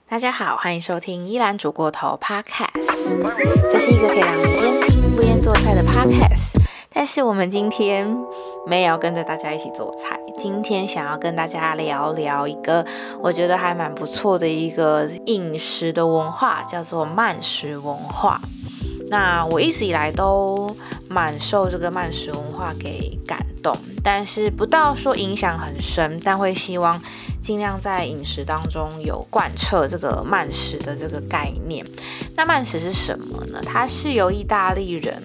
大家好，欢迎收听依兰煮过头 Podcast， 这是一个可以让你边听边做菜的 Podcast。但是我们今天没有要跟着大家一起做菜，今天想要跟大家聊聊一个我觉得还蛮不错的一个饮食的文化，叫做慢食文化。那我一直以来都蛮受这个慢食文化给感动，但是不到说影响很深，但会希望尽量在饮食当中有贯彻这个慢食的这个概念。那慢食是什么呢？它是由意大利人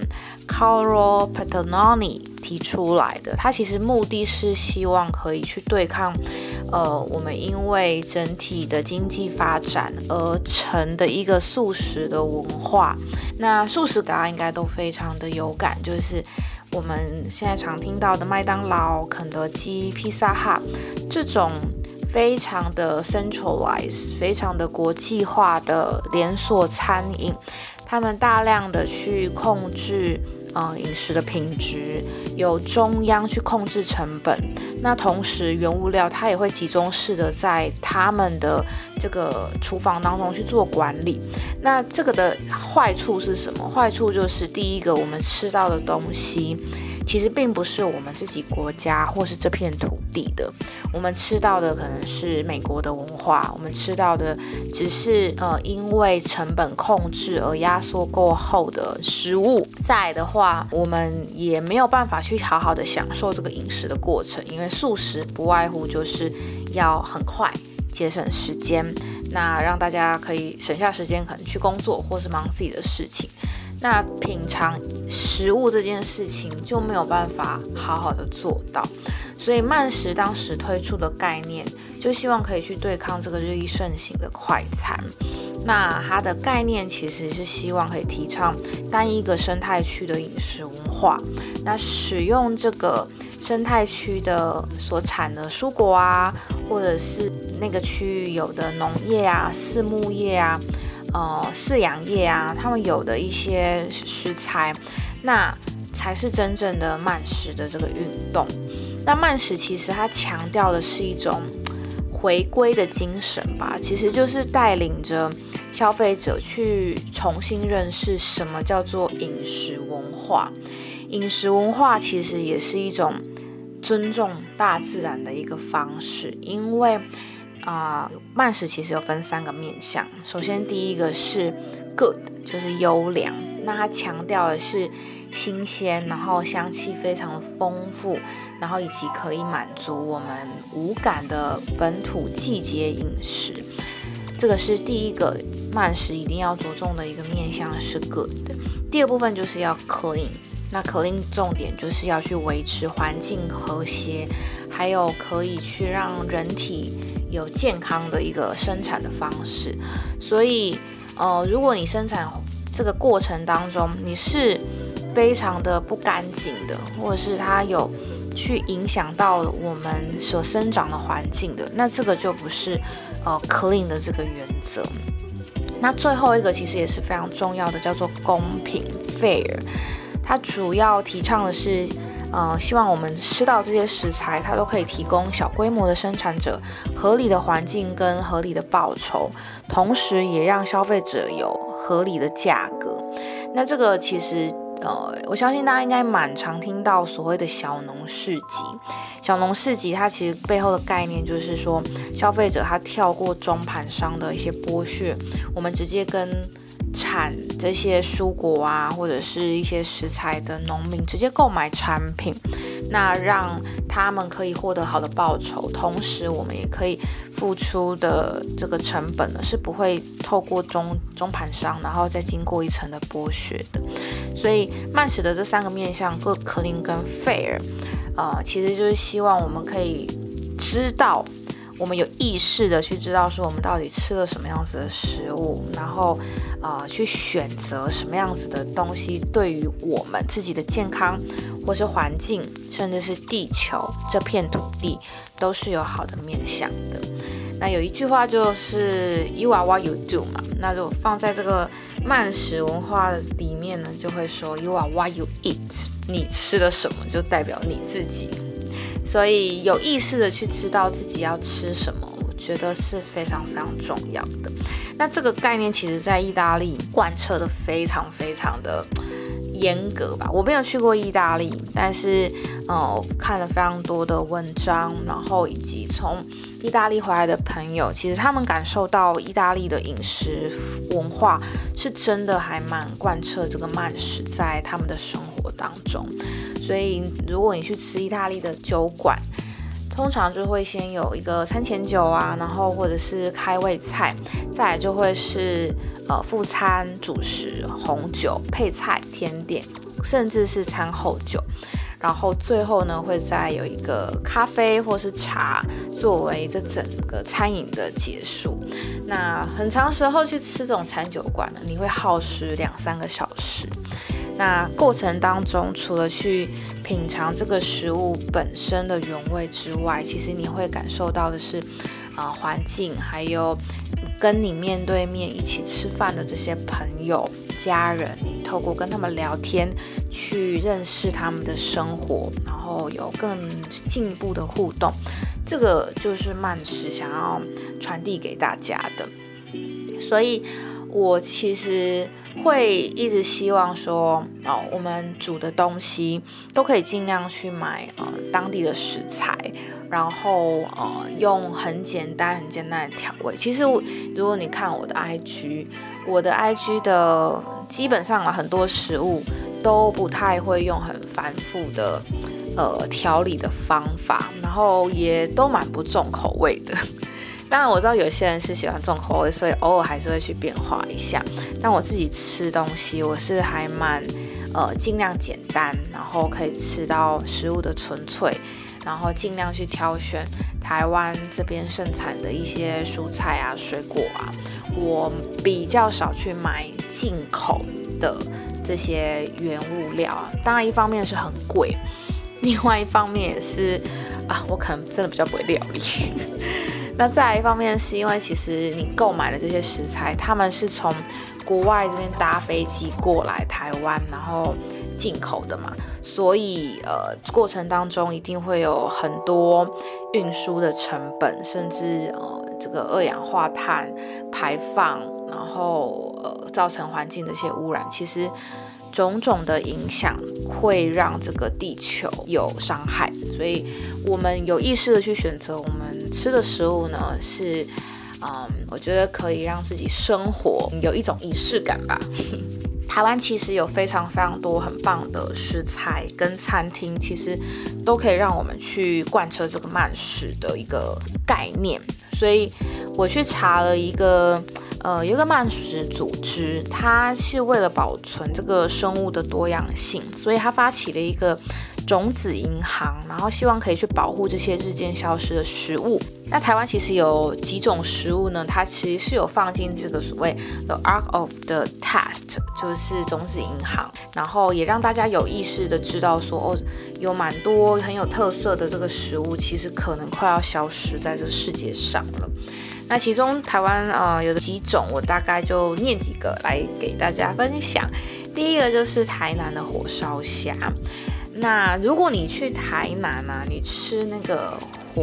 Carlo Bertolini 提出来的，它其实目的是希望可以去对抗我们因为整体的经济发展而成的一个素食的文化。那素食大家应该都非常的有感，就是我们现在常听到的麦当劳、肯德基、披萨哈这种非常的 centralized 非常的国际化的连锁餐饮，他们大量的去控制饮食的品质，有中央去控制成本，那同时原物料它也会集中式的在他们的这个厨房当中去做管理。那这个的坏处是什么？坏处就是第一个，我们吃到的东西其实并不是我们自己国家或是这片土地的，我们吃到的可能是美国的文化，我们吃到的只是因为成本控制而压缩过后的食物。再来的话，我们也没有办法去好好的享受这个饮食的过程，因为素食不外乎就是要很快节省时间，那让大家可以省下时间可能去工作或是忙自己的事情。那品尝食物这件事情就没有办法好好的做到，所以慢食当时推出的概念就希望可以去对抗这个日益盛行的快餐。那它的概念其实是希望可以提倡单一个生态区的饮食文化，那使用这个生态区的所产的蔬果啊，或者是那个区域有的农业啊、饲牧业啊、饲养业啊，他们有的一些食材，那才是真正的慢食的这个运动。那慢食其实它强调的是一种回归的精神吧，其实就是带领着消费者去重新认识什么叫做饮食文化。饮食文化其实也是一种尊重大自然的一个方式，因为慢食其实有分3个面向。首先第一个是 good， 就是优良，那它强调的是新鲜，然后香气非常的丰富，然后以及可以满足我们五感的本土季节饮食。这个是第一个慢食一定要着重的一个面向是 good。 第二部分就是要 clean， 那 clean 重点就是要去维持环境和谐，还有可以去让人体有健康的一个生产的方式。所以如果你生产这个过程当中你是非常的不干净的，或者是它有去影响到我们所生长的环境的，那这个就不是clean 的这个原则。那最后一个其实也是非常重要的，叫做公平 fair， 它主要提倡的是希望我们吃到这些食材，它都可以提供小规模的生产者合理的环境跟合理的报酬，同时也让消费者有合理的价格。那这个其实我相信大家应该蛮常听到所谓的小农市集。小农市集它其实背后的概念就是说，消费者他跳过中盘商的一些剥削，我们直接跟产这些蔬果啊，或者是一些食材的农民直接购买产品，那让他们可以获得好的报酬，同时我们也可以付出的这个成本呢是不会透过中盘商然后再经过一层的剥削的。所以慢食的这3个面向 good clean 跟 fair，其实就是希望我们可以知道，我们有意识的去知道说我们到底吃了什么样子的食物，然后去选择什么样子的东西对于我们自己的健康或是环境甚至是地球这片土地都是有好的面向的。那有一句话就是 You are what you do 嘛，那如果放在这个慢食文化里面呢，就会说 You are what you eat， 你吃了什么就代表你自己。所以有意识的去知道自己要吃什么，我觉得是非常非常重要的。那这个概念其实在意大利贯彻的非常非常的严格吧。我没有去过意大利，但是我看了非常多的文章，然后以及从意大利回来的朋友，其实他们感受到意大利的饮食文化是真的还蛮贯彻这个慢食在他们的生活当中。所以如果你去吃意大利的酒馆，通常就会先有一个餐前酒啊，然后或者是开胃菜，再来就会是副餐、主食、红酒、配菜、甜点，甚至是餐后酒。然后最后呢，会再有一个咖啡或是茶作为这整个餐饮的结束。那很长时候去吃这种餐酒馆呢，你会耗时2-3个小时。那过程当中，除了去品尝这个食物本身的原味之外，其实你会感受到的是环境，还有跟你面对面一起吃饭的这些朋友、家人，你透过跟他们聊天去认识他们的生活，然后有更进一步的互动。这个就是慢食想要传递给大家的。所以我其实会一直希望说，我们煮的东西都可以尽量去买当地的食材，然后用很简单的调味。其实如果你看我的 IG 的基本上很多食物都不太会用很繁复的调理的方法，然后也都蛮不重口味的。当然我知道有些人是喜欢重口味，所以偶尔还是会去变化一下。但我自己吃东西，我是还蛮尽量简单，然后可以吃到食物的纯粹，然后尽量去挑选台湾这边盛产的一些蔬菜啊、水果啊。我比较少去买进口的这些原物料啊。当然一方面是很贵，另外一方面也是我可能真的比较不会料理。那再来一方面是因为其实你购买的这些食材，他们是从国外这边搭飞机过来台湾，然后进口的嘛，所以过程当中一定会有很多运输的成本，甚至这个二氧化碳排放，然后造成环境的一些污染，其实种种的影响会让这个地球有伤害。所以我们有意识的去选择我们吃的食物呢，是我觉得可以让自己生活有一种仪式感吧。台湾其实有非常非常多很棒的食材跟餐厅，其实都可以让我们去贯彻这个慢食的一个概念。所以我去查了一个有一个慢食组织，它是为了保存这个生物的多样性，所以它发起了一个种子银行，然后希望可以去保护这些日渐消失的食物。那台湾其实有几种食物呢，它其实是有放进这个所谓 The Ark of the Test， 就是种子银行，然后也让大家有意识的知道说，有蛮多很有特色的这个食物，其实可能快要消失在这个世界上了。那其中台湾有几种，我大概就念几个来给大家分享。第一个就是台南的火烧虾。那如果你去台南啊，你吃那个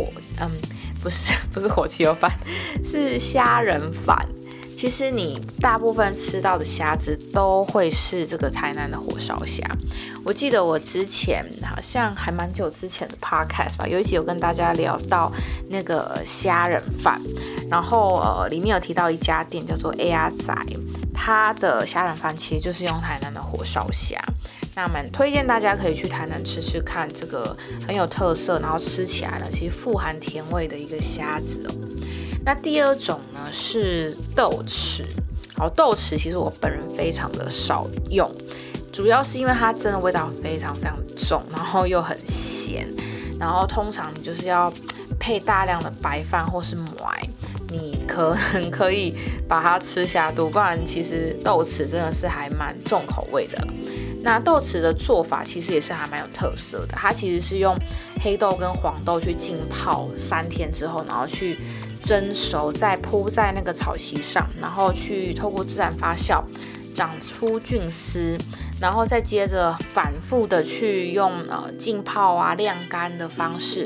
不是火鸡肉饭，是虾仁饭。其实你大部分吃到的虾子都会是这个台南的火烧虾。我记得我之前好像还蛮久之前的 podcast 吧，有一集有跟大家聊到那个虾仁饭，然后里面有提到一家店叫做 A 仔，它的虾仁饭其实就是用台南的火烧虾。那蛮推荐大家可以去台南吃吃看，这个很有特色，然后吃起来呢其实富含甜味的一个虾子哦。那第二种呢是豆豉。豆豉其实我本人非常的少用，主要是因为它真的味道非常非常重，然后又很咸，然后通常你就是要配大量的白饭或是糜，你可能可以把它吃下肚，不然其实豆豉真的是还蛮重口味的。那豆豉的做法其实也是还蛮有特色的，它其实是用黑豆跟黄豆去浸泡3天之后，然后去蒸熟，再铺在那个草席上，然后去透过自然发酵长出菌丝，然后再接着反复的去用浸泡啊晾干的方式，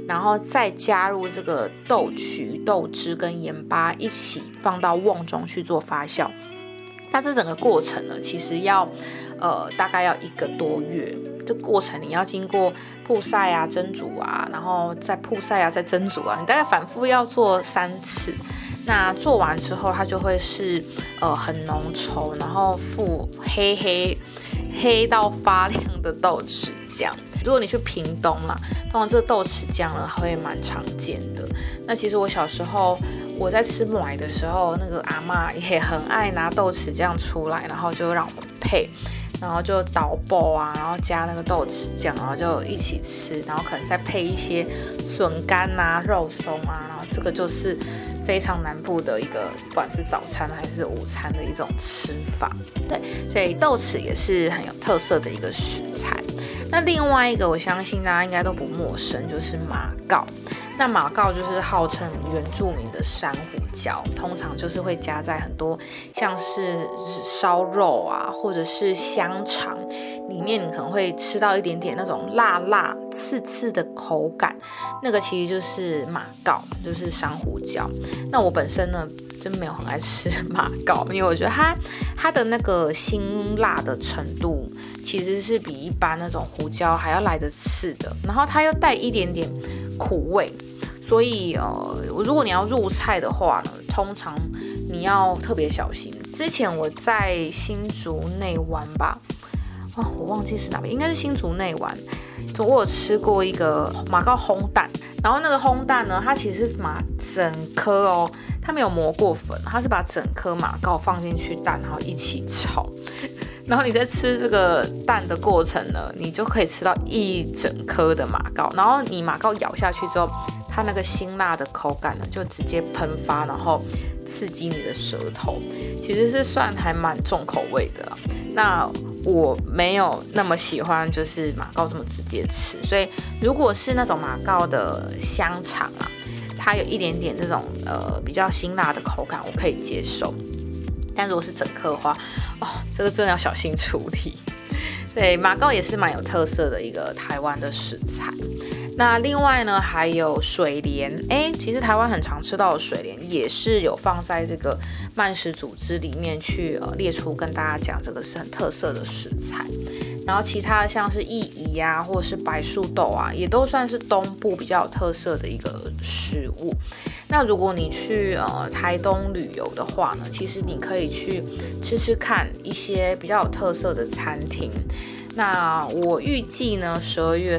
然后再加入这个豆曲、豆汁跟盐巴一起放到瓮中去做发酵。那这整个过程呢，其实要大概要1个多月。这过程你要经过曝晒啊、蒸煮啊，然后再曝晒啊、再蒸煮啊，你大概反复要做3次。那做完之后，它就会是很浓稠，然后附黑到发亮的豆豉酱。如果你去屏东啦，通常这个豆豉酱呢会蛮常见的。那其实我小时候我在吃糜的时候，那个阿嬷也很爱拿豆豉酱出来，然后就让我们配，然后就捣爆啊，然后加那个豆豉酱，然后就一起吃，然后可能再配一些笋干啊、肉松啊，然后这个就是非常南部的一个，不管是早餐还是午餐的一种吃法。对，所以豆豉也是很有特色的一个食材。那另外一个我相信大家应该都不陌生，就是马告。那马告就是号称原住民的珊瑚礁，通常就是会加在很多像是烧肉啊，或者是香肠里面，你可能会吃到一点点那种辣辣刺刺的口感，那个其实就是马告，就是珊瑚礁。那我本身呢真没有很爱吃马告，因为我觉得它的那个辛辣的程度其实是比一般那种胡椒还要来得刺的，然后它又带一点点苦味，所以如果你要入菜的话呢，通常你要特别小心。之前我在新竹内湾吧，我忘记是哪边，应该是新竹内湾，我有吃过一个马告烘蛋，然后那个烘蛋呢，它其实是把整颗它没有磨过粉，它是把整颗马告放进去蛋，然后一起炒。然后你在吃这个蛋的过程呢，你就可以吃到一整颗的马告，然后你马告咬下去之后，它那个辛辣的口感呢就直接喷发，然后刺激你的舌头，其实是算还蛮重口味的啦。那我没有那么喜欢就是马告这么直接吃，所以如果是那种马告的香肠啊，它有一点点这种比较辛辣的口感，我可以接受。但如果是整颗的话，这个真的要小心处理。对，马告也是蛮有特色的一个台湾的食材。那另外呢，还有水莲，其实台湾很常吃到的水莲，也是有放在这个慢食组织里面去列出跟大家讲，这个是很特色的食材。然后其他的像是薏苡啊，或者是白树豆啊，也都算是东部比较有特色的一个食物。那如果你去台东旅游的话呢，其实你可以去吃吃看一些比较有特色的餐厅。那我预计呢，12月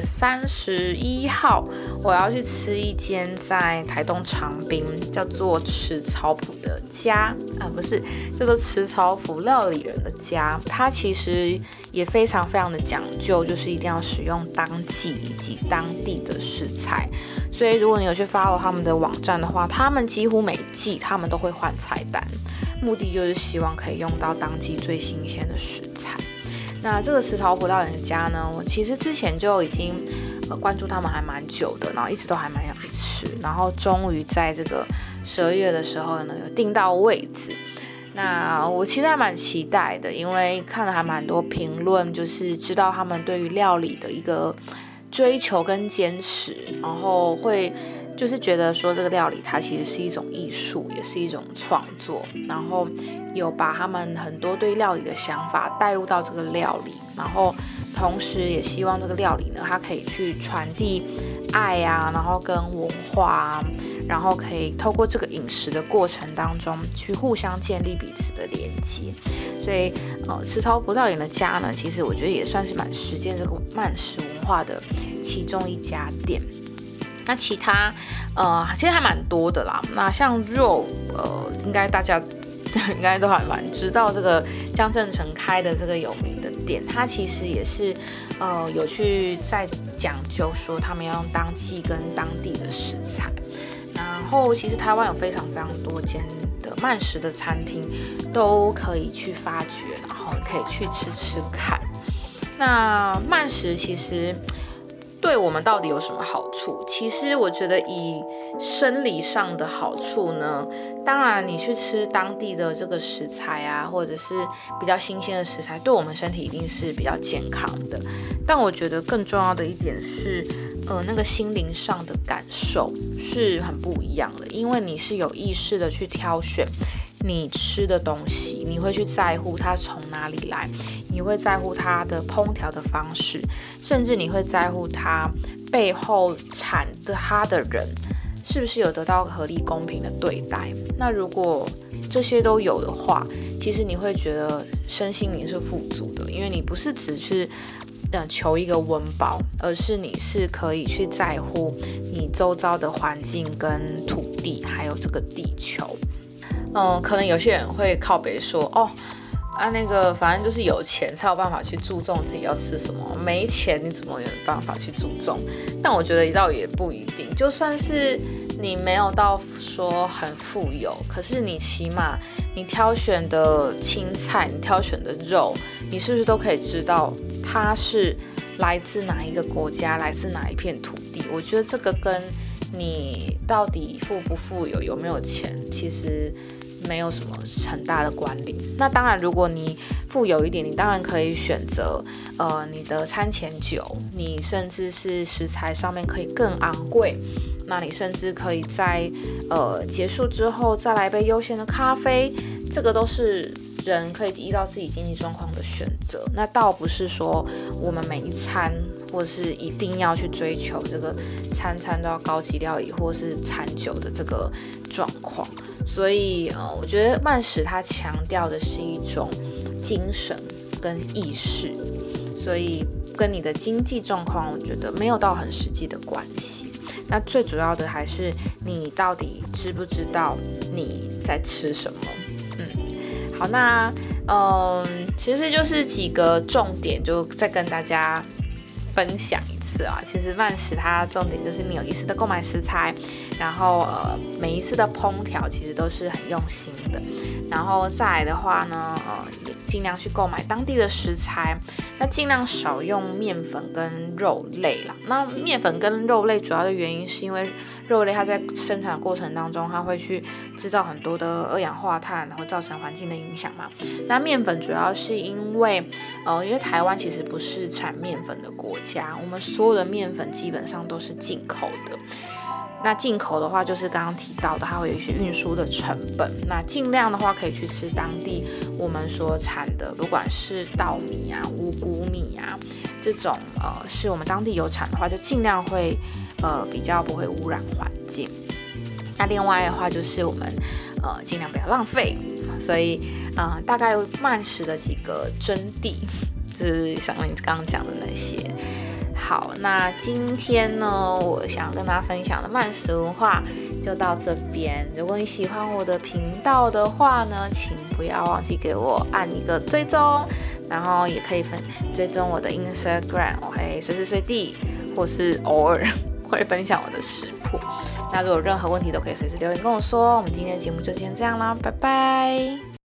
31号我要去吃一间在台东长滨叫做吃草埔的家不是叫做吃草埔料理人的家。它其实也非常非常的讲究，就是一定要使用当季以及当地的食材。所以如果你有去 follow 他们的网站的话，他们几乎每季他们都会换菜单，目的就是希望可以用到当季最新鲜的食材。那这个吃草埔料理人家呢，我其实之前就已经关注他们还蛮久的，然后一直都还蛮想去吃，然后终于在这个12月的时候呢有订到位置。那我其实还蛮期待的，因为看了还蛮多评论，就是知道他们对于料理的一个追求跟坚持，然后会就是觉得说这个料理它其实是一种艺术，也是一种创作，然后有把他们很多对料理的想法带入到这个料理，然后同时也希望这个料理呢，它可以去传递爱啊，然后跟文化啊，然后可以透过这个饮食的过程当中去互相建立彼此的连接。所以吃草埔料理人的家呢，其实我觉得也算是蛮实践这个慢食文化的其中一家店。那其他其实还蛮多的啦。那像肉应该大家应该都还蛮知道这个江正成开的这个有名的店，它其实也是有去在讲究说他们要用当季跟当地的食材。然后其实台湾有非常非常多间的慢食的餐厅都可以去发掘，然后可以去吃吃看。那慢食其实对我们到底有什么好处？其实我觉得以生理上的好处呢，当然你去吃当地的这个食材啊，或者是比较新鲜的食材，对我们身体一定是比较健康的。但我觉得更重要的一点是，那个心灵上的感受是很不一样的，因为你是有意识的去挑选你吃的东西，你会去在乎它从哪里来，你会在乎它的烹调的方式，甚至你会在乎它背后产的它的人是不是有得到合理公平的对待。那如果这些都有的话，其实你会觉得身心灵是富足的，因为你不是只是求一个温饱，而是你是可以去在乎你周遭的环境跟土地还有这个地球。可能有些人会靠北说那个反正就是有钱才有办法去注重自己要吃什么，没钱你怎么有办法去注重？但我觉得倒也不一定，就算是你没有到说很富有，可是你起码你挑选的青菜，你挑选的肉，你是不是都可以知道它是来自哪一个国家，来自哪一片土地？我觉得这个跟你到底富不富有，有没有钱，其实没有什么很大的关联。那当然如果你富有一点，你当然可以选择你的餐前酒，你甚至是食材上面可以更昂贵，那你甚至可以在结束之后再来一杯悠闲的咖啡，这个都是人可以依照自己经济状况的选择。那倒不是说我们每一餐或是一定要去追求这个餐餐都要高级料理或是餐酒的这个状况。所以我觉得慢食它强调的是一种精神跟意识，所以跟你的经济状况我觉得没有到很实际的关系。那最主要的还是你到底知不知道你在吃什么。好，那其实就是几个重点，就再跟大家分享一次啊。其实慢食它重点就是你有意识的购买食材，然后每一次的烹调其实都是很用心的。然后再来的话呢，尽量去购买当地的食材，那尽量少用面粉跟肉类啦。那面粉跟肉类主要的原因是因为肉类它在生产的过程当中，它会去制造很多的二氧化碳，然后造成环境的影响嘛。那面粉主要是因为台湾其实不是产面粉的国家，我们所有的面粉基本上都是进口的。那进口的话，就是刚刚提到的，它会有一些运输的成本。那尽量的话，可以去吃当地我们所产的，不管是稻米啊、五谷米啊这种，是我们当地有产的话，就尽量会比较不会污染环境。那另外的话，就是我们尽量不要浪费。所以大概慢食的几个真谛，就是像你刚刚讲的那些。好，那今天呢，我想跟大家分享的慢食文化就到这边。如果你喜欢我的频道的话呢，请不要忘记给我按一个追踪，然后也可以追踪我的 Instagram， 我会随时随地或是偶尔会分享我的食谱。那如果有任何问题都可以随时留言跟我说。我们今天的节目就先这样啦，拜拜。